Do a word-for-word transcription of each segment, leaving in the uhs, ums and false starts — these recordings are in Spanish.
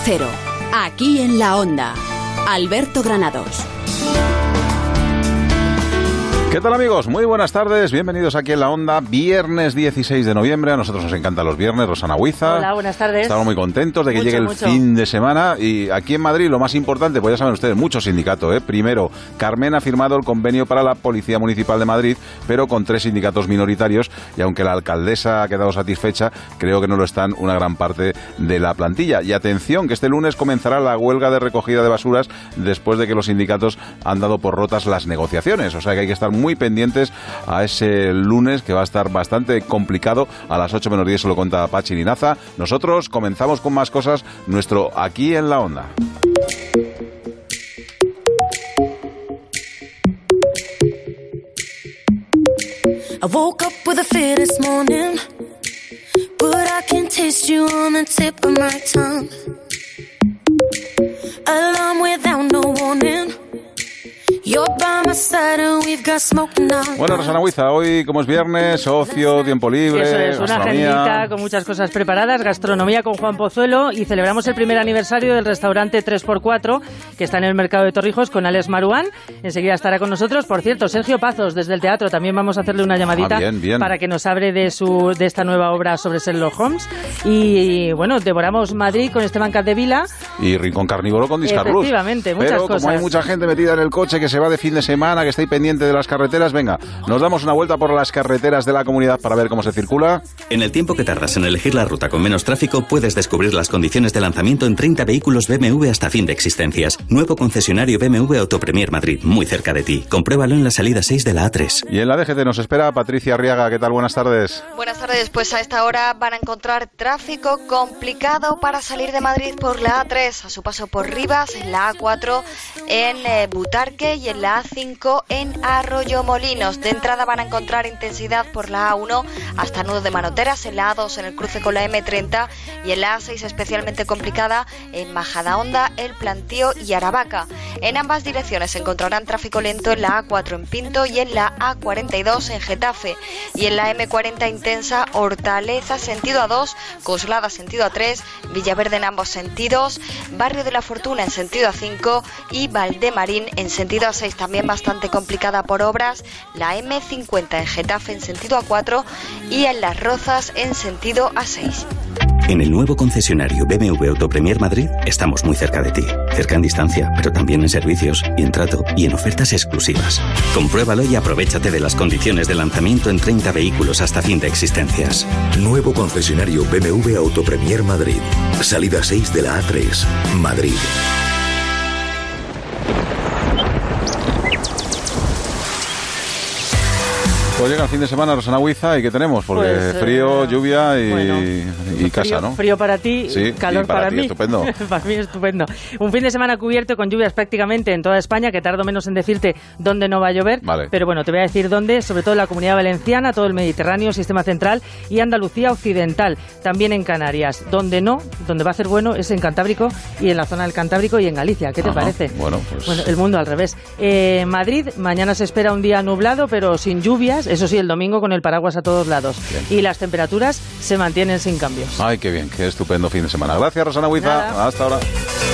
Cero, aquí en la Onda. Alberto Granados. ¿Qué tal, amigos? Muy buenas tardes, bienvenidos aquí en la Onda, viernes dieciséis de noviembre, a nosotros nos encantan los viernes, Rosana Huiza. Hola, buenas tardes. Estamos muy contentos de que mucho, llegue el mucho. fin de semana y aquí en Madrid lo más importante, pues ya saben ustedes, mucho sindicato, ¿eh? Primero, Carmen ha firmado el convenio para la Policía Municipal de Madrid, pero con tres sindicatos minoritarios y aunque la alcaldesa ha quedado satisfecha, creo que no lo están una gran parte de la plantilla. Y atención, que este lunes comenzará la huelga de recogida de basuras después de que los sindicatos han dado por rotas las negociaciones, o sea que hay que estar muy pendientes a ese lunes que va a estar bastante complicado. A las ocho menos diez se lo cuenta Pachi Linaza. Nosotros comenzamos con más cosas, nuestro Aquí en la Onda. I woke up with a fear this morning, but I can taste you on the tip of my tongue. Alarm without no warning. Bueno, Rosana Huiza, hoy como es viernes, ocio, tiempo libre, eso es, una gastronomía. agendita con muchas cosas preparadas, gastronomía con Juan Pozuelo y celebramos el primer aniversario del restaurante tres por cuatro que está en el mercado de Torrijos con Alex Maruán. Enseguida estará con nosotros. Por cierto, Sergio Pazos desde el teatro, también vamos a hacerle una llamadita ah, bien, bien. para que nos hable de su de esta nueva obra sobre Sherlock Holmes. Y bueno, devoramos Madrid con Esteban Capdevila. Y Rincón Carnívoro con Discarrus. Efectivamente, muchas Pero cosas. como hay mucha gente metida en el coche que se va de fin de semana, que estáis pendiente de las carreteras, venga, nos damos una vuelta por las carreteras de la comunidad para ver cómo se circula. En el tiempo que tardas en elegir la ruta con menos tráfico, puedes descubrir las condiciones de lanzamiento en treinta vehículos B M W hasta fin de existencias. Nuevo concesionario B M W Autopremier Madrid, muy cerca de ti. Compruébalo en la salida seis de la A tres. Y en la D G T nos espera Patricia Arriaga. ¿Qué tal? Buenas tardes. Buenas tardes. Pues a esta hora van a encontrar tráfico complicado para salir de Madrid por la A tres, a su paso por Rivas, en la A cuatro, en eh, Butarque y en la A cinco en Arroyomolinos. De entrada van a encontrar intensidad por la A uno hasta Nudo de Manoteras, en la A dos en el cruce con la M treinta y en la A seis especialmente complicada en Majadahonda, El Plantío y Aravaca. En ambas direcciones encontrarán tráfico lento en la A cuatro en Pinto y en la A cuarenta y dos en Getafe. Y en la M cuarenta intensa Hortaleza sentido A dos, Coslada sentido A tres, Villaverde en ambos sentidos, Barrio de la Fortuna en sentido A cinco y Valdemarín en sentido A seis, también bastante complicada por obras, la M cincuenta en Getafe en sentido A cuatro y en Las Rozas en sentido A seis. En el nuevo concesionario B M W Autopremier Madrid estamos muy cerca de ti. Cerca en distancia, pero también en servicios y en trato y en ofertas exclusivas. Compruébalo y aprovechate de las condiciones de lanzamiento en treinta vehículos hasta fin de existencias. Nuevo concesionario B M W Autopremier Madrid. Salida seis de la A tres. Madrid. Pues llega el fin de semana, Rosana Huiza, ¿y qué tenemos? Porque pues, eh, frío, lluvia y, bueno, y casa, frío, ¿no? Frío para ti, sí, calor para, para ti, mí. Estupendo. Para mí estupendo. Un fin de semana cubierto con lluvias prácticamente en toda España, que tardo menos en decirte dónde no va a llover. Vale. Pero bueno, te voy a decir dónde, sobre todo en la Comunidad Valenciana, todo el Mediterráneo, Sistema Central y Andalucía Occidental. También en Canarias. Donde no, donde va a ser bueno, es en Cantábrico y en la zona del Cantábrico y en Galicia. ¿Qué te Ajá. parece? Bueno, pues... Bueno, el mundo al revés. Eh, Madrid, mañana se espera un día nublado, pero sin lluvias. Eso sí, el domingo con el paraguas a todos lados. Bien. Y las temperaturas se mantienen sin cambios. Ay, qué bien, qué estupendo fin de semana. Gracias, Rosana Huiza. Nada. Hasta ahora.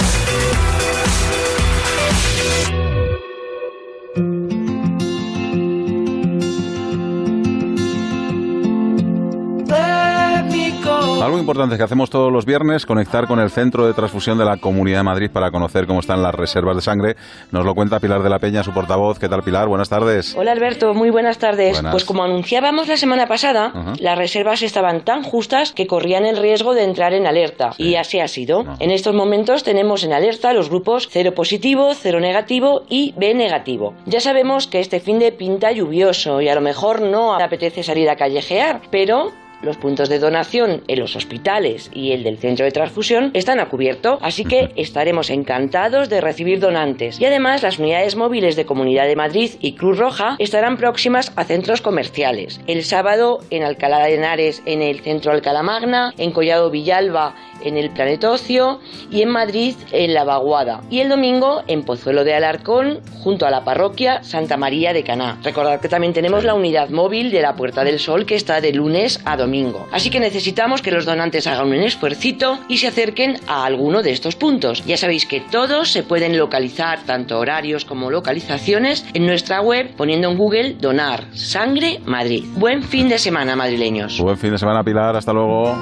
Algo importante que hacemos todos los viernes, conectar con el Centro de Transfusión de la Comunidad de Madrid para conocer cómo están las reservas de sangre. Nos lo cuenta Pilar de la Peña, su portavoz. ¿Qué tal, Pilar? Buenas tardes. Hola, Alberto. Muy buenas tardes. Buenas. Pues como anunciábamos la semana pasada, uh-huh. las reservas estaban tan justas que corrían el riesgo de entrar en alerta. Sí. Y así ha sido. No. En estos momentos tenemos en alerta los grupos cero positivo, cero negativo y B negativo. Ya sabemos que este fin de pinta lluvioso y a lo mejor no apetece salir a callejear, pero... los puntos de donación en los hospitales y el del centro de transfusión están a cubierto, así que estaremos encantados de recibir donantes. Y además, las unidades móviles de Comunidad de Madrid y Cruz Roja estarán próximas a centros comerciales. El sábado en Alcalá de Henares en el centro Alcalá Magna, en Collado Villalba en el Planeta Ocio y en Madrid en La Vaguada. Y el domingo en Pozuelo de Alarcón, junto a la parroquia Santa María de Caná. Recordad que también tenemos la unidad móvil de la Puerta del Sol que está de lunes a domingo. domingo. Así que necesitamos que los donantes hagan un esfuercito y se acerquen a alguno de estos puntos. Ya sabéis que todos se pueden localizar, tanto horarios como localizaciones, en nuestra web poniendo en Google Donar Sangre Madrid. Buen fin de semana, madrileños. Buen fin de semana, Pilar. Hasta luego.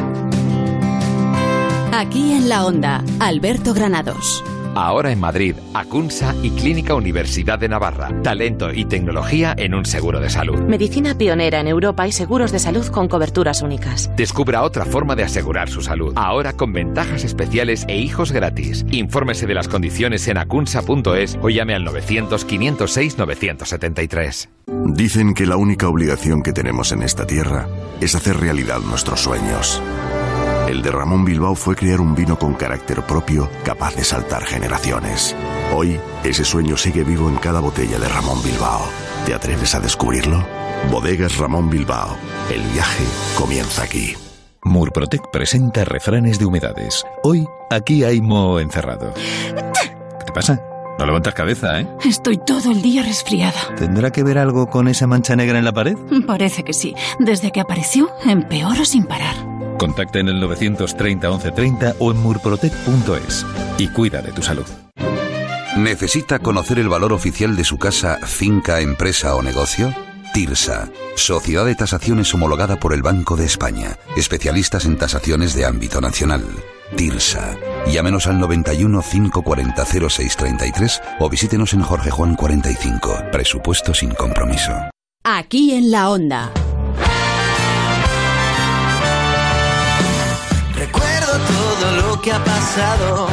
Aquí en la Onda, Alberto Granados. Ahora en Madrid, Acunsa y Clínica Universidad de Navarra. Talento y tecnología en un seguro de salud. Medicina pionera en Europa y seguros de salud con coberturas únicas. Descubra otra forma de asegurar su salud. Ahora con ventajas especiales e hijos gratis. Infórmese de las condiciones en acunsa punto es o llame al novecientos, quinientos seis, novecientos setenta y tres. Dicen que la única obligación que tenemos en esta tierra es hacer realidad nuestros sueños. El de Ramón Bilbao fue crear un vino con carácter propio, capaz de saltar generaciones. Hoy, ese sueño sigue vivo en cada botella de Ramón Bilbao. ¿Te atreves a descubrirlo? Bodegas Ramón Bilbao. El viaje comienza aquí. Murprotec presenta refranes de humedades. Hoy, aquí hay moho encerrado. ¿Qué te pasa? No levantas cabeza, ¿eh? Estoy todo el día resfriada. ¿Tendrá que ver algo con esa mancha negra en la pared? Parece que sí. Desde que apareció, empeoro sin parar. Contacta en el novecientos treinta, once treinta o en murprotec punto es y cuida de tu salud. ¿Necesita conocer el valor oficial de su casa, finca, empresa o negocio? TIRSA, Sociedad de Tasaciones homologada por el Banco de España. Especialistas en tasaciones de ámbito nacional. TIRSA. Llámenos al noventa y uno, cinco cuarenta, cero seis treinta y tres o visítenos en Jorge Juan cuarenta y cinco. Presupuesto sin compromiso. Aquí en la Onda. Recuerdo todo lo que ha pasado.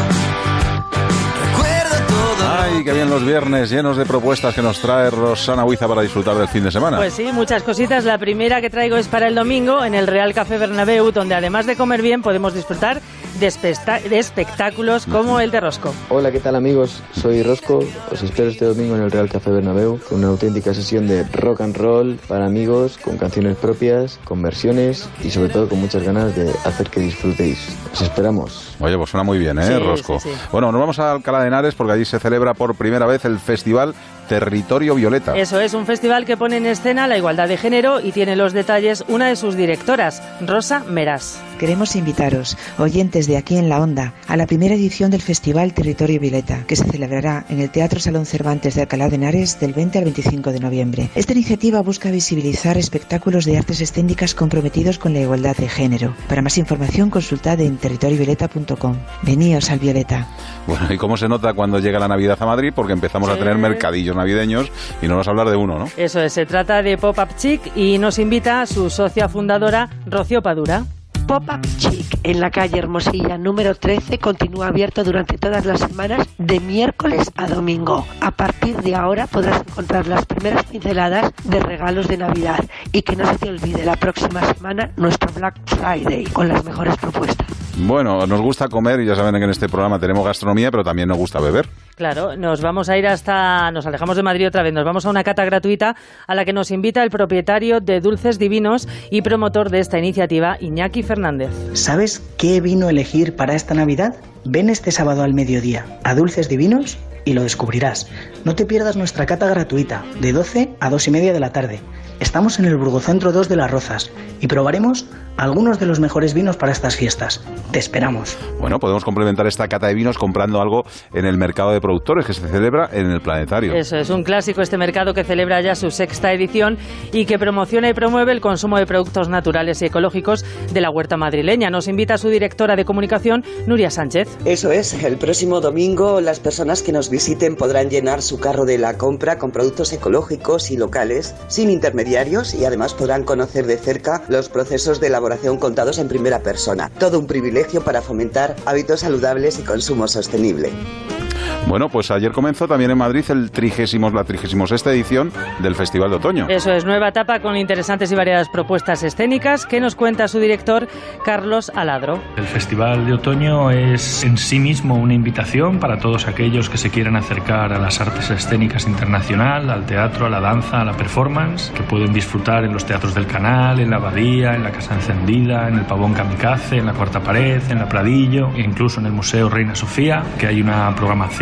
Recuerdo todo. Ay, qué bien los viernes, llenos de propuestas que nos trae Rosana Huiza para disfrutar del fin de semana. Pues sí, muchas cositas. La primera que traigo es para el domingo en el Real Café Bernabéu, donde además de comer bien podemos disfrutar de, espectá- de espectáculos como el de Rosco. Hola, ¿qué tal amigos? Soy Rosco. Os espero este domingo en el Real Café Bernabéu con una auténtica sesión de rock and roll para amigos, con canciones propias, con versiones y sobre todo con muchas ganas de hacer que disfrutéis. Os esperamos. Oye, pues suena muy bien, ¿eh, sí, Rosco? Sí, sí. Bueno, nos vamos a Alcalá de Henares porque allí se celebra por primera vez el festival Territorio Violeta. Eso es, un festival que pone en escena la igualdad de género y tiene los detalles una de sus directoras, Rosa Meras. Queremos invitaros, oyentes de Aquí en la Onda, a la primera edición del Festival Territorio Violeta, que se celebrará en el Teatro Salón Cervantes de Alcalá de Henares del veinte al veinticinco de noviembre. Esta iniciativa busca visibilizar espectáculos de artes escénicas comprometidos con la igualdad de género. Para más información, consultad en territorio violeta punto com. Veníos al Violeta. Bueno, ¿y cómo se nota cuando llega la Navidad a Madrid? Porque empezamos sí. a tener mercadillos navideños y no nos hablar de uno, ¿no? Eso es, se trata de Pop-Up Chic y nos invita su socia fundadora, Rocío Padura. Pop-Up Chic en la calle Hermosilla número trece continúa abierto durante todas las semanas de miércoles a domingo. A partir de ahora podrás encontrar las primeras pinceladas de regalos de Navidad y que no se te olvide la próxima semana nuestro Black Friday con las mejores propuestas. Bueno, nos gusta comer y ya saben que en este programa tenemos gastronomía, pero también nos gusta beber. Claro, nos vamos a ir hasta, nos alejamos de Madrid otra vez, nos vamos a una cata gratuita a la que nos invita el propietario de Dulces Divinos y promotor de esta iniciativa, Iñaki Fernández. ¿Sabes qué vino elegir para esta Navidad? Ven este sábado al mediodía a Dulces Divinos y lo descubrirás. No te pierdas nuestra cata gratuita, de doce a dos y media de la tarde. Estamos en el Burgocentro dos de Las Rozas y probaremos algunos de los mejores vinos para estas fiestas. Te esperamos. Bueno, podemos complementar esta cata de vinos comprando algo en el mercado de productores que se celebra en el Planetario. Eso es un clásico, este mercado que celebra ya su sexta edición y que promociona y promueve el consumo de productos naturales y ecológicos de la huerta madrileña. Nos invita su directora de comunicación, Nuria Sánchez. Eso es, el próximo domingo las personas que nos visiten podrán llenar su carro de la compra con productos ecológicos y locales, sin intermediarios, y además podrán conocer de cerca los procesos de elaboración contados en primera persona. Todo un privilegio para fomentar hábitos saludables y consumo sostenible. Bueno, pues ayer comenzó también en Madrid el trigésimo, la trigésima sexta edición del Festival de Otoño. Eso es, nueva etapa con interesantes y variadas propuestas escénicas que nos cuenta su director, Carlos Aladro. El Festival de Otoño es en sí mismo una invitación para todos aquellos que se quieran acercar a las artes escénicas internacional, al teatro, a la danza, a la performance, que pueden disfrutar en los teatros del Canal, en la Abadía, en la Casa Encendida, en el Pavón Kamikaze, en la Cuarta Pared, en la Pradillo e incluso en el Museo Reina Sofía, que hay una programación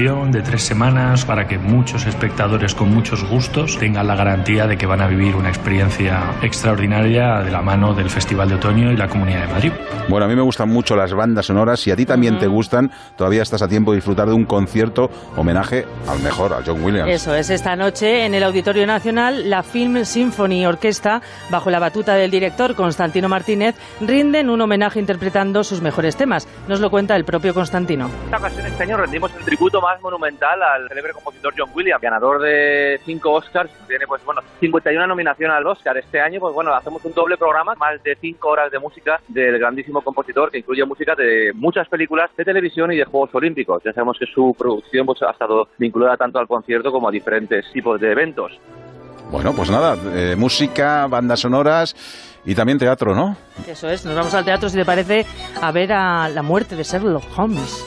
duración de tres semanas para que muchos espectadores con muchos gustos tengan la garantía de que van a vivir una experiencia extraordinaria de la mano del Festival de Otoño y la Comunidad de Madrid. Bueno, a mí me gustan mucho las bandas sonoras. Si a ti también uh-huh. te gustan, todavía estás a tiempo de disfrutar de un concierto homenaje al mejor, a John Williams. Eso es, esta noche en el Auditorio Nacional, la Film Symphony Orquesta, bajo la batuta del director Constantino Martínez, rinden un homenaje interpretando sus mejores temas. Nos lo cuenta el propio Constantino. En esta ocasión, este año, rendimos el tributo más monumental al célebre compositor John Williams, ganador de cinco Oscars. Tiene, pues bueno, cincuenta y una nominaciones al Oscar. Este año, pues bueno, hacemos un doble programa, más de cinco horas de música del grandísimo compositor, que incluye música de muchas películas de televisión y de Juegos Olímpicos. Ya sabemos que su producción pues, ha estado vinculada tanto al concierto como a diferentes tipos de eventos. Bueno, pues nada, eh, música, bandas sonoras y también teatro, ¿no? Eso es, nos vamos al teatro, si te parece, a ver a la muerte de Sherlock Holmes.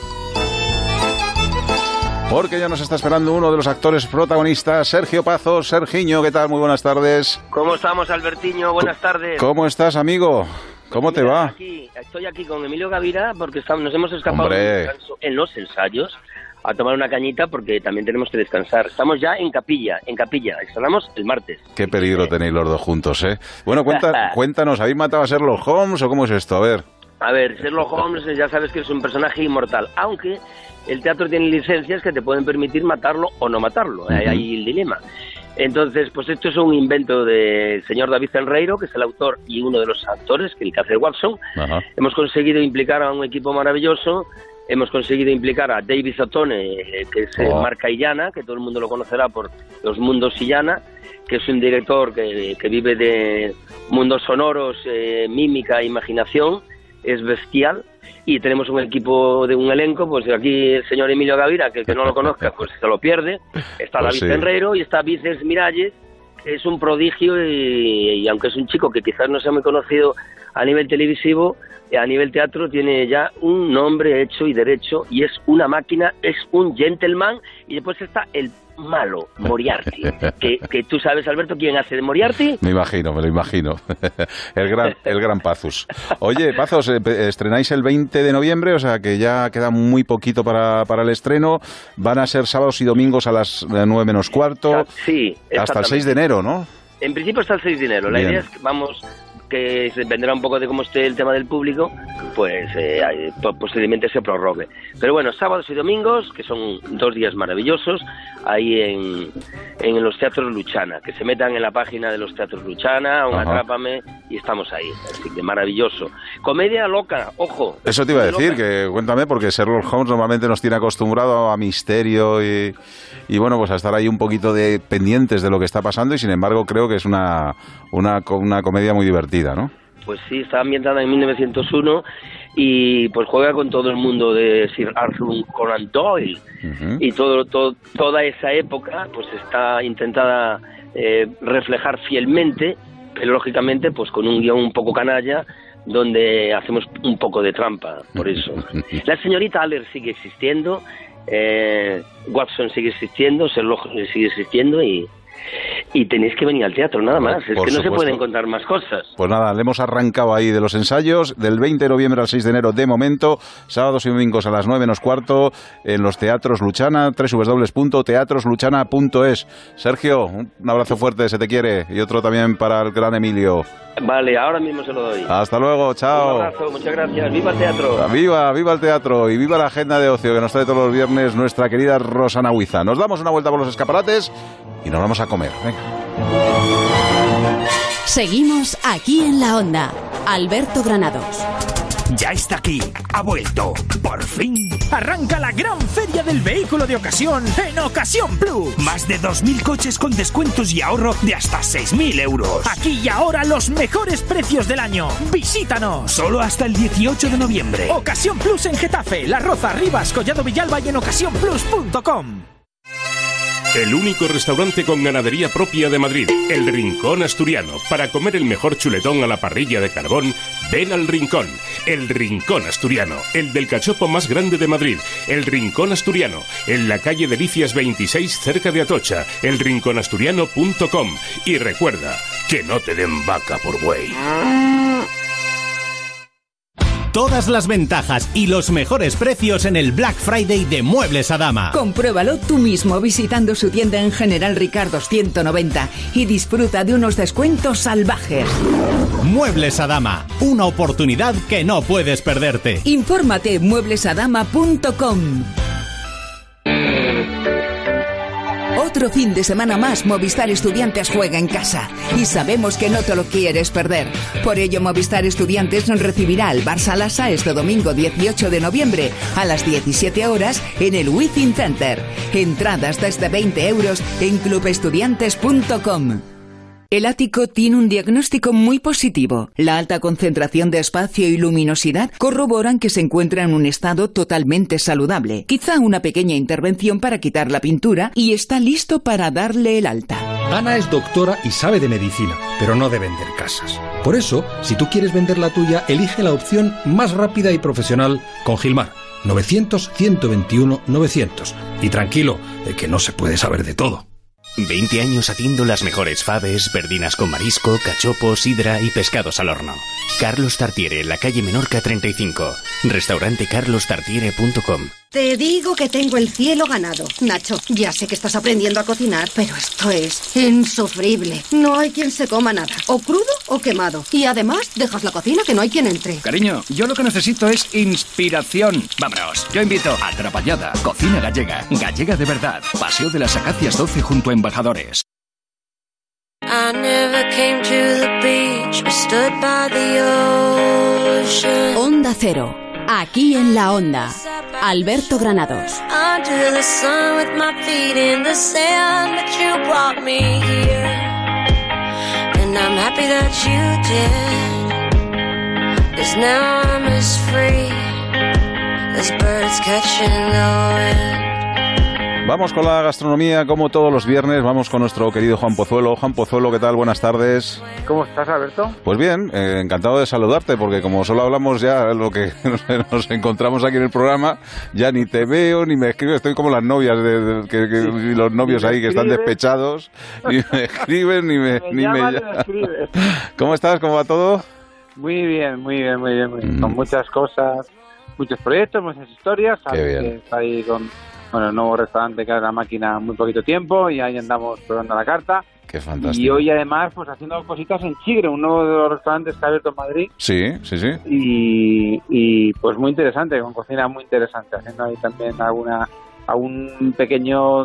Porque ya nos está esperando uno de los actores protagonistas, Sergio Pazos. Sergiño, ¿qué tal? Muy buenas tardes. ¿Cómo estamos, Albertiño? Buenas tardes. ¿Cómo estás, amigo? ¿Cómo pues te mira, va? Aquí, estoy aquí con Emilio Gavira porque estamos, nos hemos escapado Hombre. en los ensayos a tomar una cañita porque también tenemos que descansar. Estamos ya en capilla, en capilla. Estrenamos el martes. Qué peligro tenéis los dos juntos, ¿eh? Bueno, cuenta, cuéntanos, ¿habéis matado a Sherlock Holmes o cómo es esto? A ver. A ver, Sherlock Holmes ya sabes que es un personaje inmortal, aunque el teatro tiene licencias que te pueden permitir matarlo o no matarlo. Uh-huh. Hay ahí el dilema. Entonces, pues esto es un invento del señor David Ferreiro, que es el autor y uno de los actores, que el que hace Watson. Uh-huh. Hemos conseguido implicar a un equipo maravilloso. Hemos conseguido implicar a David Ottone, que es oh. Marca Illana, que todo el mundo lo conocerá por Los Mundos Illana, que es un director que, que vive de mundos sonoros, eh, mímica, imaginación. Es bestial. Y tenemos un equipo de un elenco, pues aquí el señor Emilio Gavira, que el que no lo conozca, pues se lo pierde. Está pues David sí. Ferreiro y está Vices Miralles, que es un prodigio y, y aunque es un chico que quizás no sea muy conocido a nivel televisivo, a nivel teatro tiene ya un nombre hecho y derecho y es una máquina, es un gentleman. Y después está el malo, Moriarty, que, que tú sabes, Alberto, quién hace de Moriarty. Me imagino, me lo imagino. El gran, el gran Pazos. Oye, Pazos, estrenáis el veinte de noviembre, o sea que ya queda muy poquito para, para el estreno. Van a ser sábados y domingos a las nueve menos cuarto. Sí, hasta el seis de enero, ¿no? En principio hasta el seis de enero. La Bien. idea es que vamos... que se dependerá un poco de cómo esté el tema del público, pues eh, posiblemente se prorrogue. Pero bueno, sábados y domingos, que son dos días maravillosos, ahí en, en los Teatros Luchana, que se metan en la página de los Teatros Luchana, un Atrápame, y estamos ahí, así que maravilloso. Comedia loca, ojo. Eso te iba a decir, loca. que cuéntame, porque Sherlock Holmes normalmente nos tiene acostumbrado a misterio y, y bueno, pues a estar ahí un poquito de pendientes de lo que está pasando, y sin embargo creo que es una, una, una comedia muy divertida, ¿no? Pues sí, está ambientada en mil novecientos uno y pues juega con todo el mundo de Sir Arthur Conan Doyle. Uh-huh. Y todo, todo, toda esa época pues está intentada eh, reflejar fielmente, pero lógicamente pues con un guión un poco canalla, donde hacemos un poco de trampa, por eso. La señorita Aller sigue existiendo, eh, Watson sigue existiendo, Sherlock sigue existiendo y... Y tenéis que venir al teatro, nada más. Es Por que no supuesto. se pueden contar más cosas. Pues nada, le hemos arrancado ahí de los ensayos, del veinte de noviembre al seis de enero de momento, sábados y domingos a las nueve menos cuarto, en los Teatros Luchana, doble u doble u doble u punto teatros luchana punto es. Sergio, un abrazo fuerte, se te quiere, y otro también para el gran Emilio. Vale, ahora mismo se lo doy. Hasta luego, chao. Un abrazo, muchas gracias. ¡Viva el teatro! ¡Viva, viva el teatro! Y viva la agenda de ocio que nos trae todos los viernes nuestra querida Rosana Huiza. Nos damos una vuelta por los escaparates y nos vamos a comer. Venga. Seguimos aquí en la onda. Alberto Granados. Ya está aquí, ha vuelto, por fin. Arranca la gran feria del vehículo de ocasión en Ocasión Plus. Más de dos mil coches con descuentos y ahorro de hasta seis mil euros. Aquí y ahora los mejores precios del año. Visítanos. Solo hasta el dieciocho de noviembre. Ocasión Plus en Getafe, La Roza, Rivas, Collado Villalba y en ocasión plus punto com. El único restaurante con ganadería propia de Madrid, El Rincón Asturiano. Para comer el mejor chuletón a la parrilla de carbón, ven al Rincón. El Rincón Asturiano, el del cachopo más grande de Madrid. El Rincón Asturiano, en la calle Delicias veintiséis, cerca de Atocha. el rincón asturiano punto com. Y recuerda, que no te den vaca por buey. Todas las ventajas y los mejores precios en el Black Friday de Muebles Adama. Compruébalo tú mismo visitando su tienda en General Ricardo ciento noventa y disfruta de unos descuentos salvajes. Muebles Adama, una oportunidad que no puedes perderte. Infórmate en muebles adama punto com. Otro fin de semana más, Movistar Estudiantes juega en casa y sabemos que no te lo quieres perder. Por ello, Movistar Estudiantes recibirá al Barça Lassa este domingo dieciocho de noviembre a las diecisiete horas en el Within Center. Entradas desde veinte euros en club estudiantes punto com. El ático tiene un diagnóstico muy positivo. La alta concentración de espacio y luminosidad corroboran que se encuentra en un estado totalmente saludable. Quizá una pequeña intervención para quitar la pintura y está listo para darle el alta. Ana es doctora y sabe de medicina, pero no de vender casas. Por eso, si tú quieres vender la tuya, elige la opción más rápida y profesional con Gilmar. novecientos, ciento veintiuno, novecientos. Y tranquilo, que no se puede saber de todo. veinte años haciendo las mejores faves, verdinas con marisco, cachopo, sidra y pescados al horno. Carlos Tartiere, en la calle Menorca treinta y cinco. Restaurante carlos tartiere punto com. Te digo que tengo el cielo ganado. Nacho, ya sé que estás aprendiendo a cocinar, pero esto es insufrible. No hay quien se coma nada, o crudo o quemado. Y además, dejas la cocina que no hay quien entre. Cariño, yo lo que necesito es inspiración. Vámonos, yo invito a Atrapallada, cocina gallega, gallega de verdad. Paseo de las Acacias doce junto a Embajadores. I never came to the beach, I stood by the ocean. Onda Cero, aquí en la Onda. Alberto Granados. Under the sun with my feet in the sand, but you brought me here. And I'm happy that you did. 'Cause now I'm as free as birds catching the wind. Vamos con la gastronomía, como todos los viernes, vamos con nuestro querido Juan Pozuelo. Juan Pozuelo, ¿qué tal? Buenas tardes. ¿Cómo estás, Alberto? Pues bien, eh, encantado de saludarte, porque como solo hablamos ya lo que nos encontramos aquí en el programa, ya ni te veo, ni me escribes, estoy como las novias, de, de, que, que, y los novios ahí que están despechados, ni me escriben, ni me, me ni llaman, me ni me escribes. ¿Cómo estás? ¿Cómo va todo? Muy bien, muy bien, muy bien, muy bien. Mm. Con muchas cosas, muchos proyectos, muchas historias. Qué bien. Que está ahí con... Bueno, el nuevo restaurante que abre la máquina muy poquito tiempo y ahí andamos probando la carta. Qué fantástico. Y hoy además pues haciendo cositas en Chigre, uno de los restaurantes que ha abierto en Madrid. Sí, sí, sí. Y, y pues muy interesante, con cocina muy interesante, haciendo ahí también alguna a un pequeño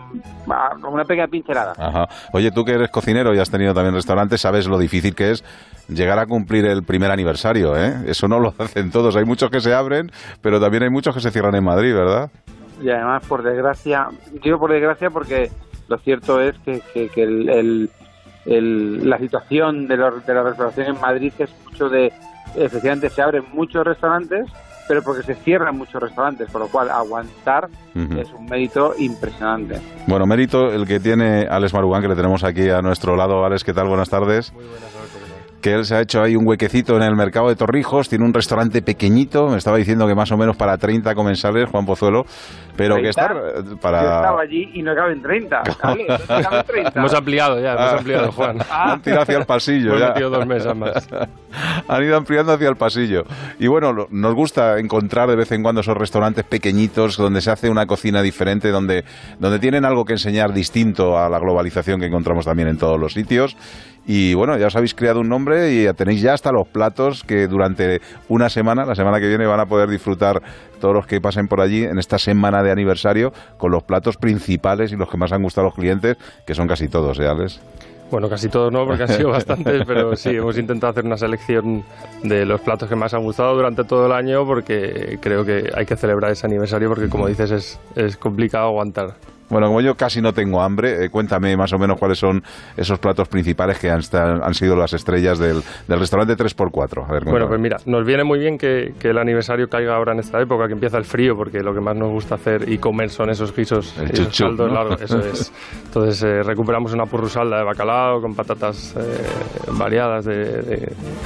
una pequeña pincelada. Ajá. Oye, tú que eres cocinero y has tenido también restaurantes, sabes lo difícil que es llegar a cumplir el primer aniversario, ¿eh? Eso no lo hacen todos. Hay muchos que se abren, pero también hay muchos que se cierran en Madrid, ¿verdad? Y además, por desgracia, digo por desgracia porque lo cierto es que, que, que el, el, el, la situación de, los, de la restauración en Madrid es mucho de, efectivamente se abren muchos restaurantes, pero porque se cierran muchos restaurantes, por lo cual aguantar uh-huh. es un mérito impresionante. Bueno, mérito el que tiene Alex Maruán, que le tenemos aquí a nuestro lado. Alex, ¿qué tal? Buenas tardes. Muy buenas tardes. Que él se ha hecho ahí un huequecito en el mercado de Torrijos, tiene un restaurante pequeñito, me estaba diciendo que más o menos para treinta comensales, Juan Pozuelo, pero que estar para... Yo estaba allí y no caben treinta, ¿vale? No caben treinta. Hemos ampliado ya, hemos ah, ampliado, Juan. Ah. Han tirado hacia el pasillo. Hemos ya. metido dos mesas más. Han ido ampliando hacia el pasillo. Y bueno, nos gusta encontrar de vez en cuando esos restaurantes pequeñitos donde se hace una cocina diferente, donde, donde tienen algo que enseñar distinto a la globalización que encontramos también en todos los sitios. Y bueno, ya os habéis creado un nombre y ya tenéis ya hasta los platos que durante una semana, la semana que viene, van a poder disfrutar todos los que pasen por allí en esta semana de aniversario con los platos principales y los que más han gustado a los clientes, que son casi todos, ¿eh, Alex? Bueno, casi todos no, porque han sido bastantes, pero sí, hemos intentado hacer una selección de los platos que más han gustado durante todo el año, porque creo que hay que celebrar ese aniversario, porque como dices, es, es complicado aguantar. Bueno, como yo casi no tengo hambre, eh, cuéntame más o menos cuáles son esos platos principales que han, han sido las estrellas del, del restaurante tres por cuatro. A ver, bueno, pues mira, nos viene muy bien que, que el aniversario caiga ahora en esta época, que empieza el frío, porque lo que más nos gusta hacer y comer son esos guisos, el esos chuchup, caldos, ¿no? Claro, eso es. Entonces eh, recuperamos una purrusalda de bacalao con patatas eh, variadas de... de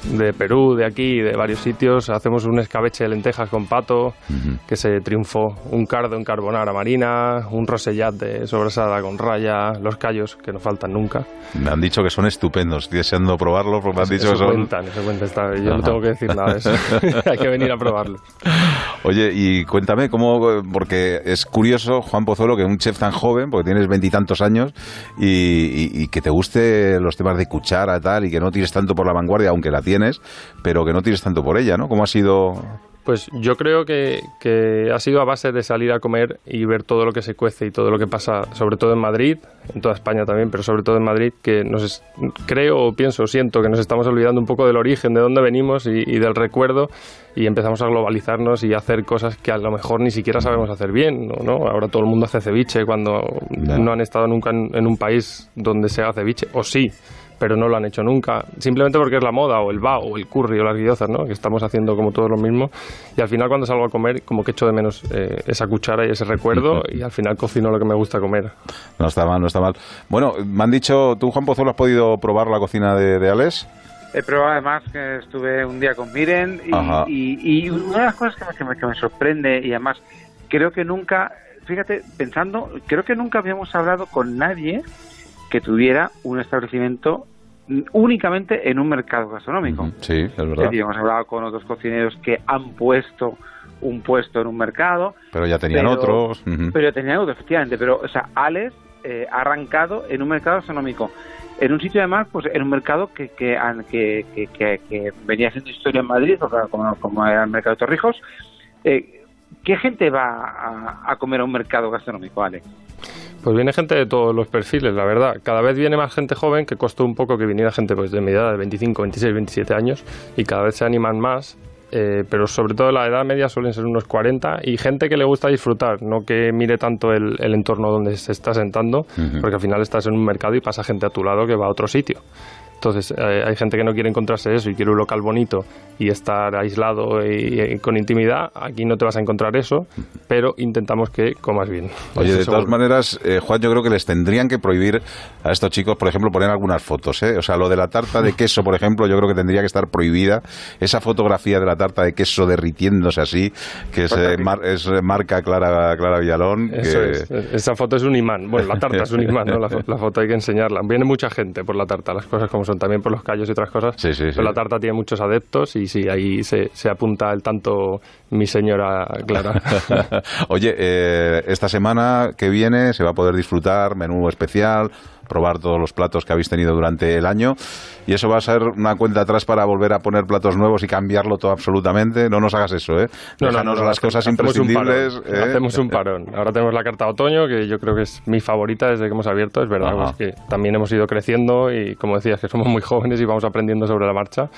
de Perú, de aquí, de varios sitios. Hacemos un escabeche de lentejas con pato, uh-huh. que se triunfó, un cardo en carbonara marina, un rosellat de sobrasada con raya, los callos, que no faltan nunca. Me han dicho que son estupendos, estoy deseando probarlos, porque me han dicho eso que son... Cuentan, eso cuentan, está, yo Ajá. no tengo que decir nada de eso, hay que venir a probarlos. Oye, y cuéntame, cómo, porque es curioso, Juan Pozuelo, que un chef tan joven, porque tienes veintitantos años, y, y, y que te guste los temas de cuchara, tal, y que no tires tanto por la vanguardia, aunque la tienes, pero que no tires tanto por ella, ¿no? ¿Cómo ha sido...? Pues yo creo que, que ha sido a base de salir a comer y ver todo lo que se cuece y todo lo que pasa, sobre todo en Madrid, en toda España también, pero sobre todo en Madrid, que nos es, creo o pienso, siento que nos estamos olvidando un poco del origen, de dónde venimos y, y del recuerdo, y empezamos a globalizarnos y a hacer cosas que a lo mejor ni siquiera sabemos hacer bien, ¿no? ¿no? Ahora todo el mundo hace ceviche cuando no, no han estado nunca en, en un país donde se haga ceviche, o sí, pero no lo han hecho nunca, simplemente porque es la moda, o el bao, o el curry, o las guiozas, ¿no? Que estamos haciendo como todos lo mismo, y al final cuando salgo a comer, como que echo de menos eh, esa cuchara y ese recuerdo, y al final cocino lo que me gusta comer. No está mal, no está mal. Bueno, me han dicho, ¿tú, Juan Pozuelo, has podido probar la cocina de, de Alex? He probado, además, que estuve un día con Miren, y, y, y una de las cosas que me, que me sorprende, y además creo que nunca, fíjate, pensando, creo que nunca habíamos hablado con nadie que tuviera un establecimiento únicamente en un mercado gastronómico. Sí, es verdad. Es decir, hemos hablado con otros cocineros que han puesto un puesto en un mercado. Pero ya tenían pero, otros. Uh-huh. Pero ya tenían otros, efectivamente. Pero, o sea, Alex eh, ha arrancado en un mercado gastronómico. En un sitio, además, pues en un mercado que que, que, que, que, que venía siendo historia en Madrid, como, como era el mercado de Torrijos. Eh, ¿Qué gente va a, a comer a un mercado gastronómico, Alex? Pues viene gente de todos los perfiles, la verdad. Cada vez viene más gente joven, que costó un poco que viniera gente pues de mi edad, de veinticinco, veintiséis, veintisiete años, y cada vez se animan más, eh, pero sobre todo la edad media suelen ser unos cuarenta, y gente que le gusta disfrutar, no que mire tanto el, el entorno donde se está sentando, uh-huh. porque al final estás en un mercado y pasa gente a tu lado que va a otro sitio. Entonces eh, hay gente que no quiere encontrarse eso y quiere un local bonito y estar aislado y, y con intimidad. Aquí no te vas a encontrar eso, pero intentamos que comas bien. Oye, de todas maneras, eh, Juan, yo creo que les tendrían que prohibir a estos chicos, por ejemplo, poner algunas fotos, ¿eh? O sea, lo de la tarta de queso, por ejemplo, yo creo que tendría que estar prohibida. Esa fotografía de la tarta de queso derritiéndose así, que es, eh, mar, es marca Clara, Clara Villalón. Eso que... es. Esa foto es un imán. Bueno, la tarta es un imán, ¿no? La, la foto hay que enseñarla. Viene mucha gente por la tarta, las cosas como son, también por los callos y otras cosas, sí, sí, pero sí. La tarta tiene muchos adeptos y sí, ahí se, se apunta el tanto mi señora Clara. Oye, eh, esta semana que viene se va a poder disfrutar menú especial, probar todos los platos que habéis tenido durante el año, y eso va a ser una cuenta atrás para volver a poner platos nuevos y cambiarlo todo absolutamente. No nos hagas eso, ¿eh? No, Déjanos no, no, las cosas hacemos imprescindibles. Un ¿eh? Hacemos un parón. Ahora tenemos la carta de otoño, que yo creo que es mi favorita desde que hemos abierto. Es verdad pues, que también hemos ido creciendo y, como decías, que somos muy jóvenes y vamos aprendiendo sobre la marcha.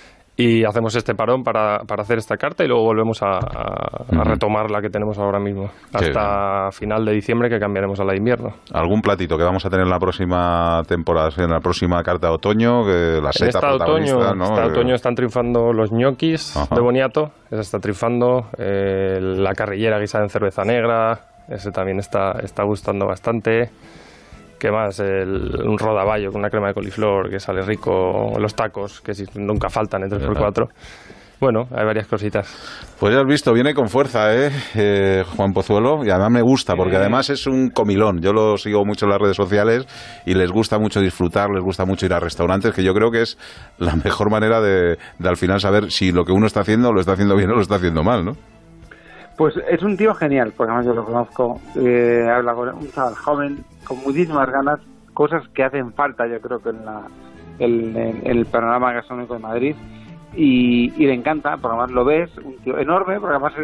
Y hacemos este parón para, para hacer esta carta y luego volvemos a, a, a retomar la que tenemos ahora mismo. Hasta final de diciembre, que cambiaremos a la de invierno. ¿Algún platito que vamos a tener en la próxima temporada, en la próxima carta de otoño? Que la seta protagonista, otoño, ¿no? Este otoño están triunfando los ñoquis Ajá. de boniato. Ese está triunfando. Eh, la carrillera guisada en cerveza negra. Ese también está, está gustando bastante. ¿Qué más? El, un rodaballo con una crema de coliflor que sale rico, los tacos que nunca faltan en tres por cuatro. Bueno, hay varias cositas. Pues ya has visto, viene con fuerza, ¿eh? eh Juan Pozuelo, y además me gusta, porque además es un comilón. Yo lo sigo mucho en las redes sociales y les gusta mucho disfrutar, les gusta mucho ir a restaurantes, que yo creo que es la mejor manera de, de al final saber si lo que uno está haciendo lo está haciendo bien o lo está haciendo mal, ¿no? Pues es un tío genial, porque además yo lo conozco, eh, habla con un chaval joven, con muchísimas ganas, cosas que hacen falta yo creo que en, la, en, en el panorama gastronómico de Madrid, y, y le encanta, porque además lo ves, un tío enorme, porque además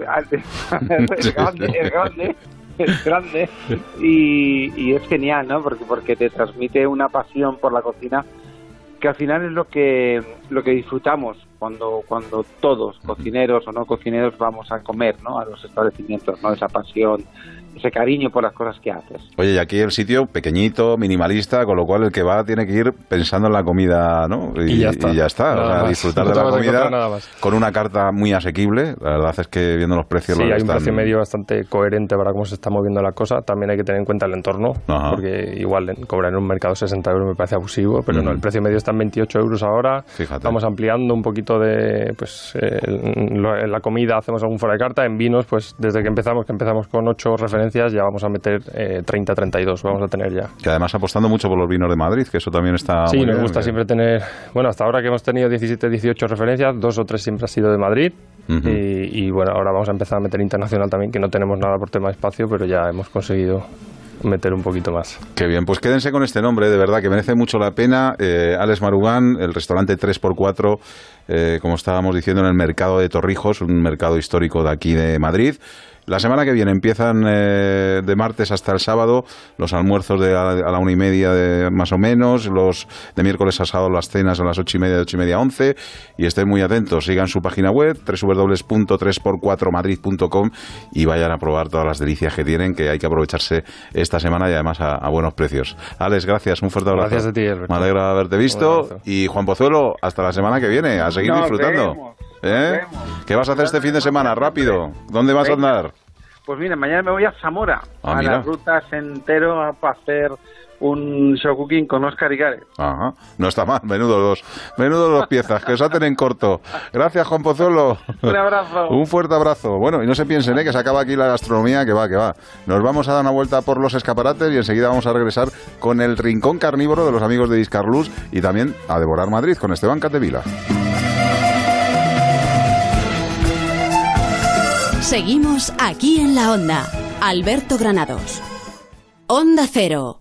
es, es grande, es grande, es grande, y, y es genial, ¿no? Porque, porque te transmite una pasión por la cocina, que al final es lo que, lo que disfrutamos cuando cuando todos, cocineros o no cocineros, vamos a comer, ¿no?, a los establecimientos, ¿no?, esa pasión, ese cariño por las cosas que haces. Oye, y aquí el sitio pequeñito, minimalista, con lo cual el que va tiene que ir pensando en la comida, ¿no? Y, y ya está. Y ya está. O sea, disfrutar no de la comida con una carta muy asequible. La verdad es que viendo los precios... Sí, los hay están... un precio medio bastante coherente para cómo se está moviendo la cosa. También hay que tener en cuenta el entorno, Ajá. porque igual cobrar en un mercado sesenta euros me parece abusivo, pero mm. no, el precio medio está en veintiocho euros ahora. Fíjate. Vamos ampliando un poquito de... pues eh, en la comida hacemos algún fuera de carta. En vinos, pues desde que empezamos, que empezamos con ocho referencias, ya vamos a meter eh, treinta, treinta y dos, vamos a tener ya. Que además apostando mucho por los vinos de Madrid, que eso también está Sí, muy nos bien, gusta que... siempre tener... Bueno, hasta ahora que hemos tenido diecisiete, dieciocho referencias, dos o tres siempre ha sido de Madrid. Uh-huh. y, y bueno, ahora vamos a empezar a meter internacional también, que no tenemos nada por tema de espacio, pero ya hemos conseguido meter un poquito más. Qué bien, pues quédense con este nombre, de verdad que merece mucho la pena. eh, Alex Marugán, el restaurante tres por cuatro, eh, como estábamos diciendo, en el mercado de Torrijos, un mercado histórico de aquí de Madrid. La semana que viene empiezan eh, de martes hasta el sábado los almuerzos de a, a la una y media de, más o menos, los de miércoles a sábado las cenas a las ocho y media, de ocho y media a once, y estén muy atentos, sigan su página web doble u doble u doble u punto tres por cuatro madrid punto com y vayan a probar todas las delicias que tienen, que hay que aprovecharse esta semana y además a, a buenos precios. Alex, gracias, un fuerte abrazo. Gracias a ti, Alberto. Me alegra haberte visto y Juan Pozuelo, hasta la semana que viene, a seguir Nos disfrutando. Vemos. ¿Eh? ¿Qué vas a hacer este fin de semana? Rápido. ¿Dónde vas a andar? Pues mira, mañana me voy a Zamora, ah, a mira. las rutas entero para hacer un show cooking con Óscar Igares. Ajá, no está mal, menudo dos, menudo dos piezas, que os aten en corto. Gracias, Juan Pozuelo. Un abrazo. Un fuerte abrazo. Bueno, y no se piensen, ¿eh?, que se acaba aquí la gastronomía, que va, que va. Nos vamos a dar una vuelta por los escaparates y enseguida vamos a regresar con el rincón carnívoro de los amigos de Discarlus y también a devorar Madrid con Esteban Capdevila. Seguimos aquí en la Onda. Alberto Granados. Onda Cero.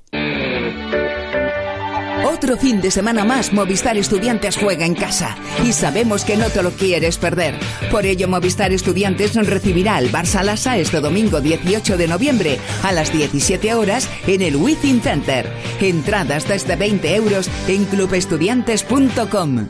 Otro fin de semana más, Movistar Estudiantes juega en casa. Y sabemos que no te lo quieres perder. Por ello, Movistar Estudiantes recibirá al Barça Lassa este domingo dieciocho de noviembre a las diecisiete horas en el Within Center. Entradas desde veinte euros en club estudiantes punto com.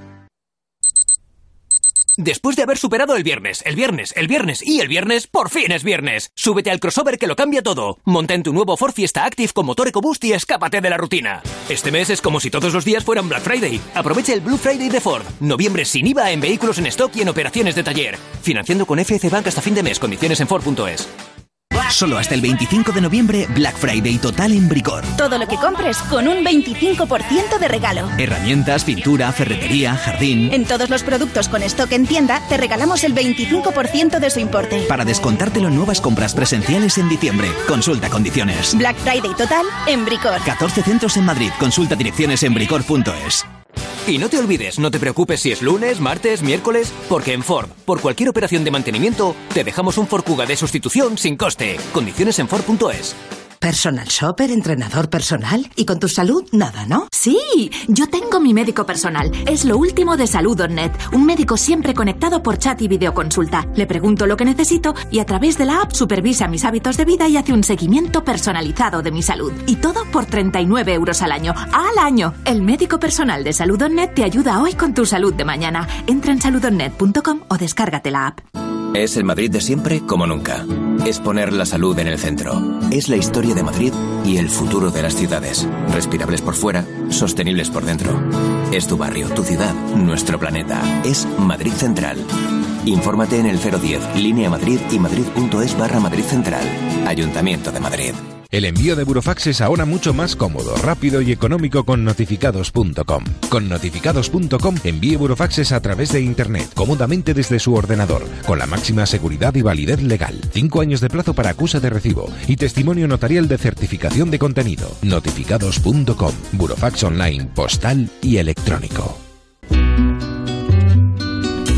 Después de haber superado el viernes, el viernes, el viernes y el viernes, por fin es viernes. Súbete al crossover que lo cambia todo. Monta en tu nuevo Ford Fiesta Active con motor EcoBoost y escápate de la rutina. Este mes es como si todos los días fueran Black Friday. Aprovecha el Blue Friday de Ford. Noviembre sin I V A en vehículos en stock y en operaciones de taller. Financiando con F C Bank hasta fin de mes. Condiciones en Ford punto es. Solo hasta el veinticinco de noviembre, Black Friday total en Bricor. Todo lo que compres con un veinticinco por ciento de regalo. Herramientas, pintura, ferretería, jardín. En todos los productos con stock en tienda, te regalamos el veinticinco por ciento de su importe. Para descontártelo en nuevas compras presenciales en diciembre. Consulta condiciones. Black Friday total en Bricor. catorce centros en Madrid. Consulta direcciones en bricor punto es. Y no te olvides, no te preocupes si es lunes, martes, miércoles, porque en Ford, por cualquier operación de mantenimiento, te dejamos un Ford Kuga de sustitución sin coste. Condiciones en Ford punto es. Personal shopper, entrenador personal. ¿Y con tu salud? Nada, ¿no? Sí, yo tengo mi médico personal. Es lo último de salud punto net. Un médico siempre conectado por chat y videoconsulta. Le pregunto lo que necesito y a través de la app supervisa mis hábitos de vida y hace un seguimiento personalizado de mi salud. Y todo por treinta y nueve euros al año. ¡Al año! El médico personal de salud punto net te ayuda hoy con tu salud de mañana. Entra en salud punto net punto com o descárgate la app. Es el Madrid de siempre como nunca. Es poner la salud en el centro. Es la historia de Madrid y el futuro de las ciudades. Respirables por fuera, sostenibles por dentro. Es tu barrio, tu ciudad, nuestro planeta. Es Madrid Central. Infórmate en el cero diez, Línea Madrid y madrid punto es barra Madrid Central. Ayuntamiento de Madrid. El envío de Burofax es ahora mucho más cómodo, rápido y económico con notificados punto com. Con notificados punto com envíe burofaxes a través de Internet, cómodamente desde su ordenador, con la máxima seguridad y validez legal. Cinco años de plazo para acusa de recibo y testimonio notarial de certificación de contenido. notificados punto com. Burofax online, postal y electrónico.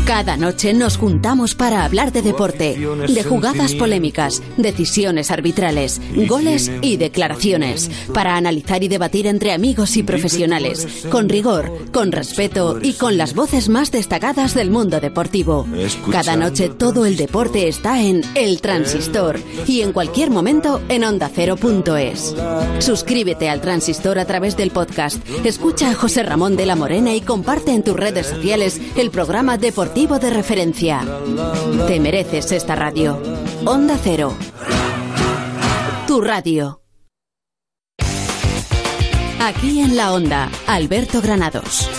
Cada noche nos juntamos para hablar de deporte, de jugadas polémicas, decisiones arbitrales, goles y declaraciones, para analizar y debatir entre amigos y profesionales, con rigor, con respeto y con las voces más destacadas del mundo deportivo. Cada noche todo el deporte está en El Transistor y en cualquier momento en onda cero punto es. Suscríbete al Transistor a través del podcast, escucha a José Ramón de la Morena y comparte en tus redes sociales el programa deportivo de referencia. Te mereces esta radio. Onda Cero. Tu radio. Aquí en la Onda, Alberto Granados.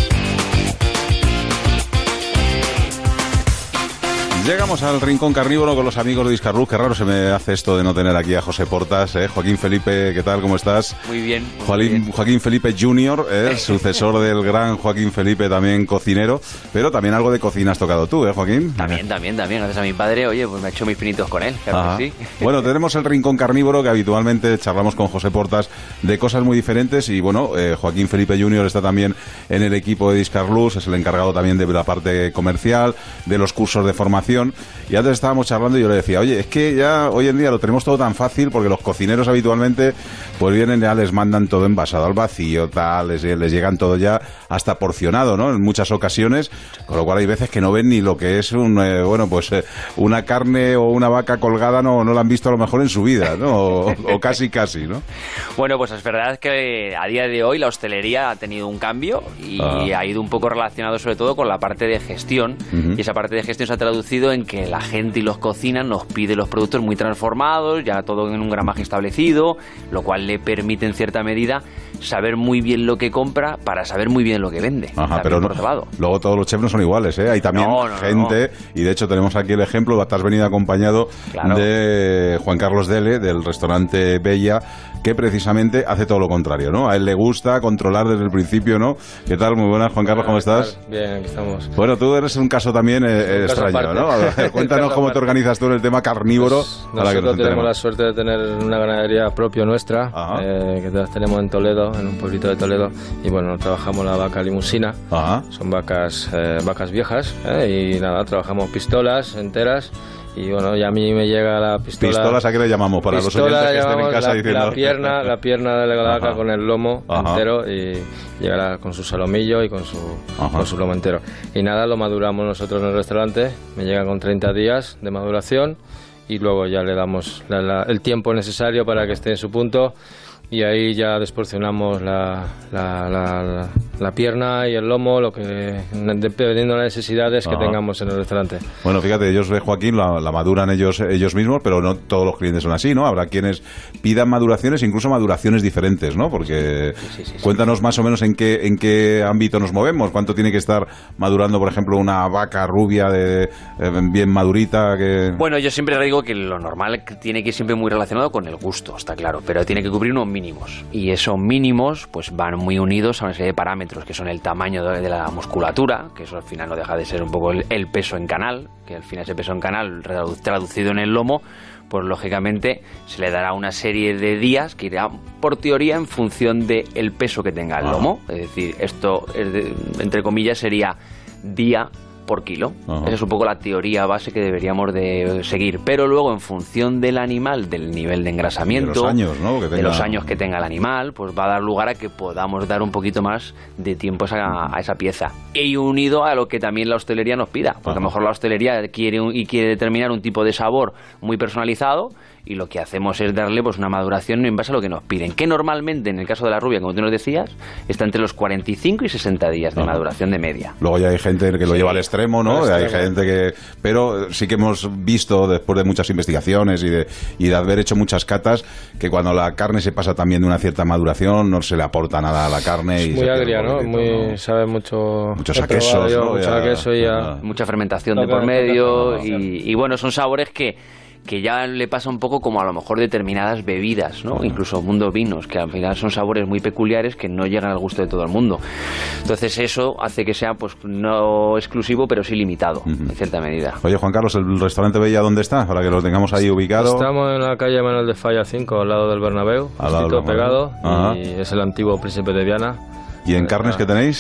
Llegamos al Rincón Carnívoro con los amigos de Discarluz. Qué raro se me hace esto de no tener aquí a José Portas, ¿eh? Joaquín Felipe, ¿qué tal? ¿Cómo estás? Muy bien. Muy Joaquín, bien. Joaquín Felipe junior, ¿eh? Sucesor del gran Joaquín Felipe, también cocinero, pero también algo de cocina has tocado tú, ¿eh, Joaquín? También, también, también. Gracias a mi padre, oye, pues me ha hecho mis pinitos con él, claro que sí. Bueno, tenemos el Rincón Carnívoro, que habitualmente charlamos con José Portas de cosas muy diferentes y, bueno, eh, Joaquín Felipe junior está también en el equipo de Discarluz, es el encargado también de la parte comercial, de los cursos de formación, y antes estábamos charlando y yo le decía, oye, es que ya hoy en día lo tenemos todo tan fácil porque los cocineros habitualmente pues vienen, ya les mandan todo envasado al vacío, tal, les, les llegan todo ya hasta porcionado, ¿no? En muchas ocasiones, con lo cual hay veces que no ven ni lo que es un, eh, bueno, pues eh, una carne o una vaca colgada, no, no la han visto a lo mejor en su vida, ¿no? O, o casi, casi, ¿no? Bueno, pues es verdad que a día de hoy la hostelería ha tenido un cambio y ah. ha ido un poco relacionado sobre todo con la parte de gestión, uh-huh. y esa parte de gestión se ha traducido en que la gente y los cocinas nos pide los productos muy transformados, ya todo en un gramaje establecido, lo cual le permite en cierta medida saber muy bien lo que compra para saber muy bien lo que vende. Ajá, pero no, luego todos los chefs no son iguales, ¿eh? Hay también no, no, gente, no. y de hecho tenemos aquí el ejemplo, te has venido acompañado claro. de Juan Carlos Dele, del restaurante Bella, que precisamente hace todo lo contrario, ¿no? A él le gusta controlar desde el principio, ¿no? ¿Qué tal? Muy buenas, Juan Carlos, ¿cómo estás? Bien, aquí estamos. Bueno, tú eres un caso también eh, un extraño, caso ¿no? A ver, cuéntanos cómo te organizas tú en el tema carnívoro. Pues nosotros que tenemos la suerte de tener una ganadería propia nuestra, eh, que tenemos en Toledo, en un pueblito de Toledo, y bueno, trabajamos la vaca limusina. Ajá. Son vacas eh, vacas viejas, eh, y nada, trabajamos pistolas enteras. Y bueno, y a mí me llega la pistola. ¿Pistolas a qué le llamamos? Para los oyentes que estén en casa la, diciendo. La pierna, la pierna de la vaca con el lomo Ajá. entero, y llegará con su salomillo y con su, con su lomo entero. Y nada, lo maduramos nosotros en el restaurante. Me llega con treinta días de maduración y luego ya le damos la, la, el tiempo necesario para que esté en su punto. Y ahí ya desporcionamos la, la, la, la, la pierna y el lomo, lo que dependiendo de las necesidades que Ajá. tengamos en el restaurante. Bueno, fíjate, ellos de Joaquín la, la maduran ellos ellos mismos, pero no todos los clientes son así, ¿no? Habrá quienes pidan maduraciones, incluso maduraciones diferentes, ¿no? Porque sí, sí, sí, cuéntanos sí. más o menos en qué en qué ámbito nos movemos, cuánto tiene que estar madurando, por ejemplo, una vaca rubia de, eh, bien madurita. Que... Bueno, yo siempre digo que lo normal tiene que ir siempre muy relacionado con el gusto, está claro, pero tiene que cubrir unos mínimos, y esos mínimos pues van muy unidos a una serie de parámetros que son el tamaño de, de la musculatura, que eso al final no deja de ser un poco el, el peso en canal, que al final ese peso en canal traducido en el lomo, pues lógicamente se le dará una serie de días que irá por teoría en función del peso que tenga el lomo, es decir, esto es de, entre comillas sería día por kilo. Ajá. Esa es un poco la teoría base que deberíamos de seguir, pero luego en función del animal, del nivel de engrasamiento, de los años, ¿no? que tenga... de los años que tenga el animal, pues va a dar lugar a que podamos dar un poquito más de tiempo a esa, a esa pieza, y unido a lo que también la hostelería nos pida, porque Ajá. a lo mejor la hostelería quiere un, y quiere determinar un tipo de sabor muy personalizado, y lo que hacemos es darle pues una maduración en base a lo que nos piden, que normalmente en el caso de la rubia, como tú nos decías, está entre los cuarenta y cinco y sesenta días de Ajá. maduración de media. Luego ya hay gente que lo sí. lleva al extremo, ¿no? Extremo. Hay gente que... Pero sí que hemos visto, después de muchas investigaciones y de, y de haber hecho muchas catas, que cuando la carne se pasa también de una cierta maduración, no se le aporta nada a la carne. Es y muy agria, ¿no? Muy, ¿no? Sabe mucho... Muchos a quesos, ¿no? Mucho a queso y a... Mucha fermentación de por medio, y, y bueno, son sabores que... que ya le pasa un poco como a lo mejor determinadas bebidas, ¿no? Incluso mundo vinos, que al final son sabores muy peculiares que no llegan al gusto de todo el mundo. Entonces eso hace que sea pues no exclusivo, pero sí limitado, uh-huh. en cierta medida. Oye, Juan Carlos, ¿el restaurante Bella dónde está? Para que lo tengamos ahí ubicado. Estamos en la calle Manuel de Falla cinco, al lado del Bernabéu, al lado del pegado, Ajá. y es el antiguo Príncipe de Viana. ¿Y en carnes qué tenéis?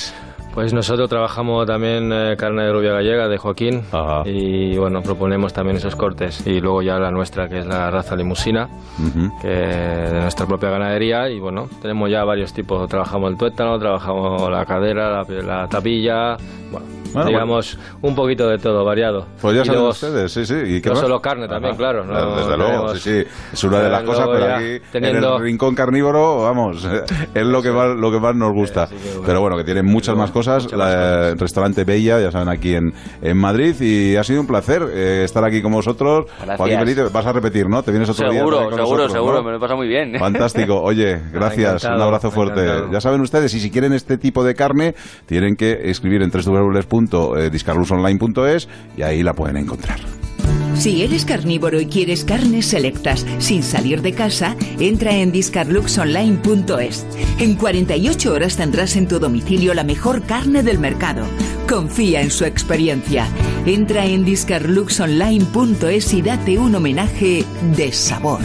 Pues nosotros trabajamos también eh, carne de rubia gallega de Joaquín. Ajá. Y bueno, proponemos también esos cortes y luego ya la nuestra, que es la raza limusina, uh-huh. que de nuestra propia ganadería. Y bueno, tenemos ya varios tipos, trabajamos el tuétano, trabajamos la cadera, la, la tapilla, bueno, bueno digamos bueno. un poquito de todo, variado. Pues ya y saben luego, ustedes, sí, sí. ¿Y qué no más? solo carne también, Ajá. claro. No, desde luego, sí, sí, es una de las cosas, pero aquí teniendo... en el rincón carnívoro, vamos, es lo que más, lo que más nos gusta. Sí, bueno. Pero bueno, que tienen muchas más cosas. Muchas la, más cosas. El restaurante Bella, ya saben, aquí en, en Madrid, y ha sido un placer eh, estar aquí con vosotros. Gracias. Joaquín Benítez, vas a repetir, ¿no? Te vienes otro seguro, día. Seguro, seguro, seguro, ¿no? me lo he pasado muy bien. Fantástico. Oye, gracias, un abrazo fuerte. Encantado. Ya saben ustedes, y si quieren este tipo de carne, tienen que escribir en doble u doble u doble u punto discarlus online punto es y ahí la pueden encontrar. Si eres carnívoro y quieres carnes selectas sin salir de casa, entra en discarlux online punto es. En cuarenta y ocho horas tendrás en tu domicilio la mejor carne del mercado. Confía en su experiencia. Entra en discarlux online punto es y date un homenaje de sabor.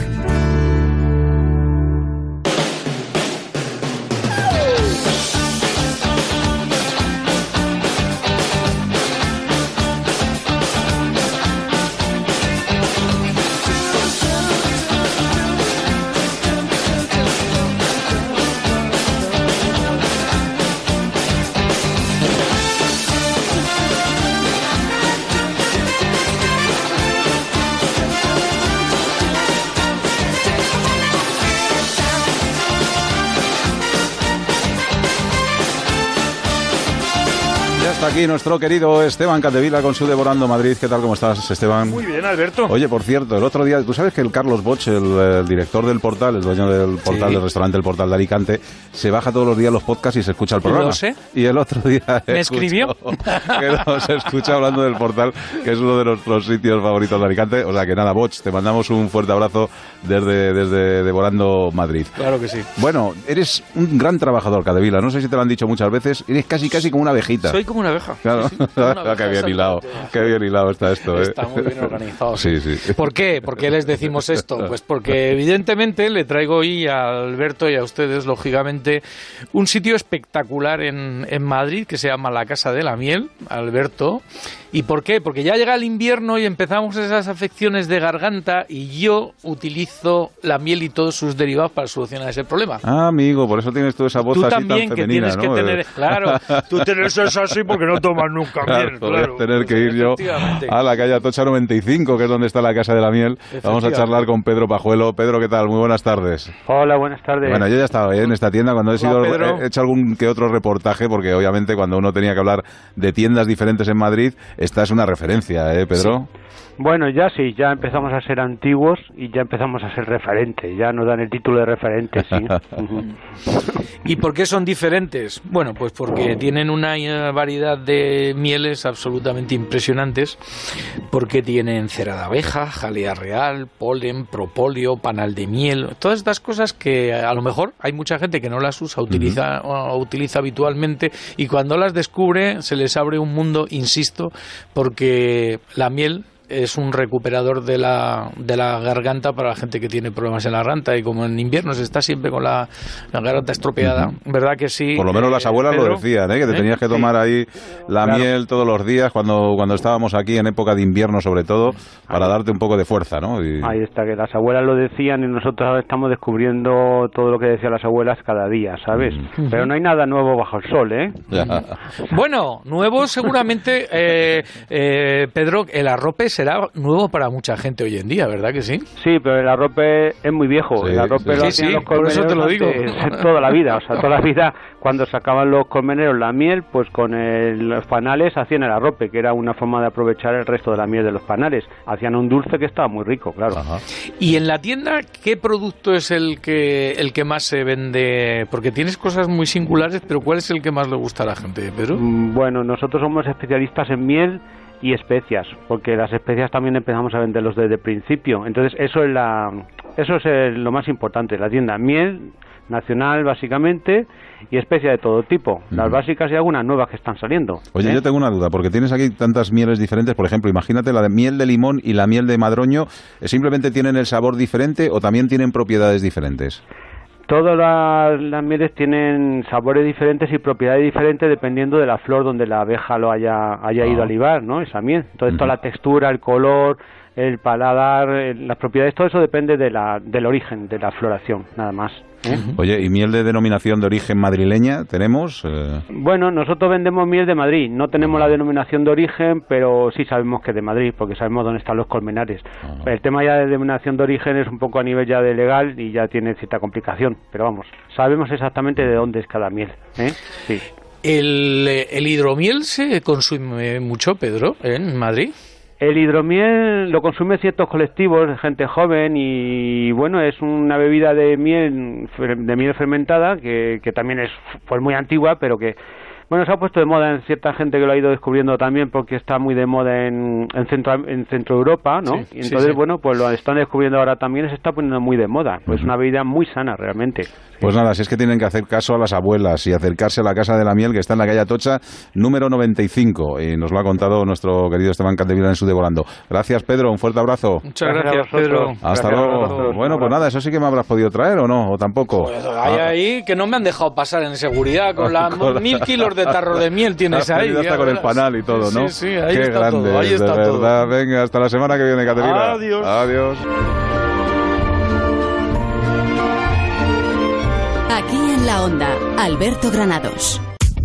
Aquí nuestro querido Esteban Capdevila con su Devorando Madrid. ¿Qué tal? ¿Cómo estás, Esteban? Muy bien, Alberto. Oye, por cierto, el otro día, tú sabes que el Carlos Bosch, el, el director del portal, el dueño del portal, sí. del restaurante El Portal de Alicante, se baja todos los días los podcasts y se escucha el programa. Lo sé. Y el otro día me escribió que nos escucha hablando del portal, que es uno de nuestros sitios favoritos de Alicante. O sea que nada, Bosch, te mandamos un fuerte abrazo desde, desde Devorando Madrid. Claro que sí. Bueno, eres un gran trabajador, Capdevila. No sé si te lo han dicho muchas veces. Eres casi, casi como una abejita. Soy como una abeja. Claro. Sí, sí. Qué bien hilado, qué bien hilado está esto. Está ¿eh? muy bien organizado. Sí, sí. ¿Por qué? ¿Por qué les decimos esto? Pues porque evidentemente le traigo hoy a Alberto y a ustedes, lógicamente, un sitio espectacular en, en Madrid que se llama la Casa de la Miel, Alberto. ¿Y por qué? Porque ya llega el invierno y empezamos esas afecciones de garganta y yo utilizo la miel y todos sus derivados para solucionar ese problema. Ah, amigo, por eso tienes tú esa voz tú así también, tan femenina, que tienes ¿no? que tener, claro, tú tienes eso así porque no tomas nunca miel, claro. claro. Tener que ir yo a la calle Atocha noventa y cinco, que es donde está la Casa de la Miel. Vamos a charlar con Pedro Pajuelo. Pedro, ¿qué tal? Muy buenas tardes. Hola, buenas tardes. Bueno, yo ya estaba ¿eh? en esta tienda cuando he, sido, he hecho algún que otro reportaje, porque obviamente cuando uno tenía que hablar de tiendas diferentes en Madrid, esta es una referencia. ¿Eh, Pedro? Sí. Bueno, ya sí, ya empezamos a ser antiguos y ya empezamos a ser referentes, ya nos dan el título de referentes, sí. ¿Y por qué son diferentes? Bueno, pues porque tienen una variedad de mieles absolutamente impresionantes, porque tienen cera de abeja, jalea real, polen, propóleo, panal de miel, todas estas cosas que a lo mejor hay mucha gente que no las usa, utiliza, uh-huh. utiliza habitualmente, y cuando las descubre se les abre un mundo, insisto, porque la miel es un recuperador de la, de la garganta para la gente que tiene problemas en la garganta, y como en invierno se está siempre con la, la garganta estropeada, uh-huh. ¿verdad que sí? Por lo menos las abuelas eh, lo decían, ¿eh? que te ¿eh? tenías que tomar sí. ahí la claro. miel todos los días cuando, cuando estábamos aquí en época de invierno sobre todo, para ahí. darte un poco de fuerza, ¿no? Y... Ahí está, que las abuelas lo decían y nosotros ahora estamos descubriendo todo lo que decían las abuelas cada día, ¿sabes? Uh-huh. Pero no hay nada nuevo bajo el sol, ¿eh? Bueno, nuevo seguramente, eh, eh, Pedro, el arrope será nuevo para mucha gente hoy en día, ¿verdad que sí? Sí, pero el arrope es muy viejo. Sí, el arrope sí, lo sí, hacían los colmeneros, por eso te lo digo. Toda la vida, o sea, toda la vida, cuando sacaban los colmeneros la miel, pues con el, los panales hacían el arrope, que era una forma de aprovechar el resto de la miel de los panales. Hacían un dulce que estaba muy rico, claro. Ajá. Y en la tienda, ¿qué producto es el que el que más se vende? Porque tienes cosas muy singulares, pero ¿cuál es el que más le gusta a la gente, Pedro? Bueno, nosotros somos especialistas en miel y especias, porque las especias también empezamos a venderlos desde el principio. Entonces eso es la eso es el, lo más importante, la tienda, miel nacional básicamente y especias de todo tipo, las uh-huh. básicas y algunas nuevas que están saliendo. Oye, ¿eh? Yo tengo una duda, porque tienes aquí tantas mieles diferentes, por ejemplo, imagínate la de miel de limón y la miel de madroño, ¿simplemente tienen el sabor diferente o también tienen propiedades diferentes? Todas las, las mieles tienen sabores diferentes y propiedades diferentes dependiendo de la flor donde la abeja lo haya, haya ido a libar, ¿no? Esa miel. Entonces, uh-huh. toda la textura, el color, el paladar, el, las propiedades, todo eso depende de la, del origen de la floración, nada más. ¿eh? Oye, ¿y miel de denominación de origen madrileña tenemos? Eh... Bueno, nosotros vendemos miel de Madrid. No tenemos la denominación de origen, pero sí sabemos que es de Madrid, porque sabemos dónde están los colmenares. Uh-huh. El tema ya de denominación de origen es un poco a nivel ya de legal y ya tiene cierta complicación. Pero vamos, sabemos exactamente de dónde es cada miel. ¿eh? Sí. ¿El, ¿El hidromiel se consume mucho, Pedro, en Madrid? El hidromiel lo consumen ciertos colectivos de gente joven y bueno, es una bebida de miel de miel fermentada que, que también es pues muy antigua, pero que bueno, se ha puesto de moda en cierta gente que lo ha ido descubriendo también porque está muy de moda en, en, centro, en Centro Europa, ¿no? Sí, y entonces, sí, sí. bueno, pues lo están descubriendo ahora también, se está poniendo muy de moda. Pues es una bebida muy sana, realmente. Pues nada, si es que tienen que hacer caso a las abuelas y acercarse a la Casa de la Miel, que está en la calle Atocha, número noventa y cinco. Y nos lo ha contado nuestro querido Esteban Caldevila en su De Volando. Gracias, Pedro. Un fuerte abrazo. Muchas gracias, Pedro. Hasta gracias luego. Bueno, pues nada, eso sí que me habrás podido traer, ¿o no? ¿O tampoco? Pues hay ah. ahí que no me han dejado pasar en seguridad con las mil kilos de tarro de miel tienes ahí. Hasta con el panal y todo, ¿no? Sí, sí, ahí Qué está grande, todo. Ahí está de todo. verdad. Venga, hasta la semana que viene, Caterina. Adiós. Adiós. Aquí en la Onda, Alberto Granados.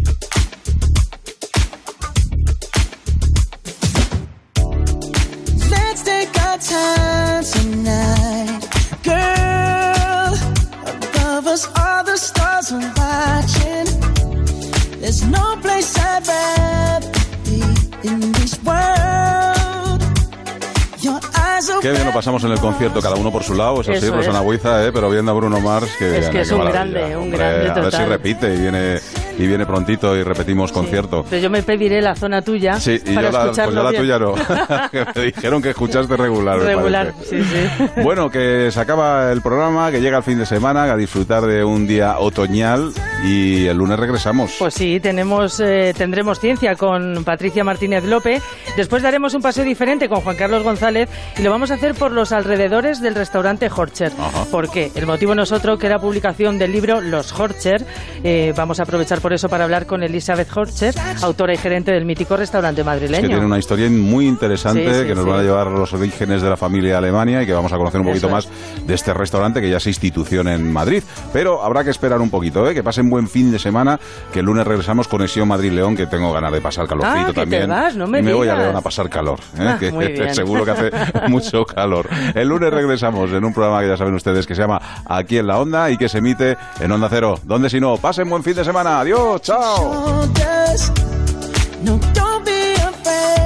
Let's take our time tonight, girl. Above us all the stars are watching. There's no place I'd rather be in this world. Your eyes are Qué bien lo pasamos en el concierto, cada uno por su lado, eso, eso sí, Rosana Buiza, ¿eh? Pero viendo a Bruno Mars, que, es que es un grande, un Hombre, grande total. A ver si repite y viene, y viene prontito y repetimos sí. concierto. Pero yo me pediré la zona tuya sí, y para yo la, escucharlo pues yo la bien. tuya no. Me dijeron que escuchaste regular. Regular, sí, sí. Bueno, que se acaba el programa, que llega el fin de semana, a disfrutar de un día otoñal y el lunes regresamos. Pues sí, tenemos, eh, tendremos ciencia con Patricia Martínez López. Después daremos un paseo diferente con Juan Carlos González y lo vamos a hacer por los alrededores del restaurante Horcher. Ajá. ¿Por qué? El motivo no es otro que la publicación del libro Los Horcher. Eh, vamos a aprovechar por eso para hablar con Elizabeth Horcher, autora y gerente del mítico restaurante madrileño. Es que tiene una historia muy interesante sí, sí, que nos sí. van a llevar a los orígenes de la familia Alemania y que vamos a conocer un poquito eso más es. de este restaurante que ya es institución en Madrid. Pero habrá que esperar un poquito, ¿eh? Que pasen buen fin de semana, que el lunes regresamos Conexión Madrid-León, que tengo ganas de pasar calorcito ah, también. Te vas, no me y me digas. voy a León a pasar calor, ¿eh? Ah, que muy bien. seguro que hace mucho calor. El lunes regresamos en un programa que ya saben ustedes que se llama Aquí en la Onda y que se emite en Onda Cero. ¿Dónde si no? Pasen buen fin de semana. Adiós, chao.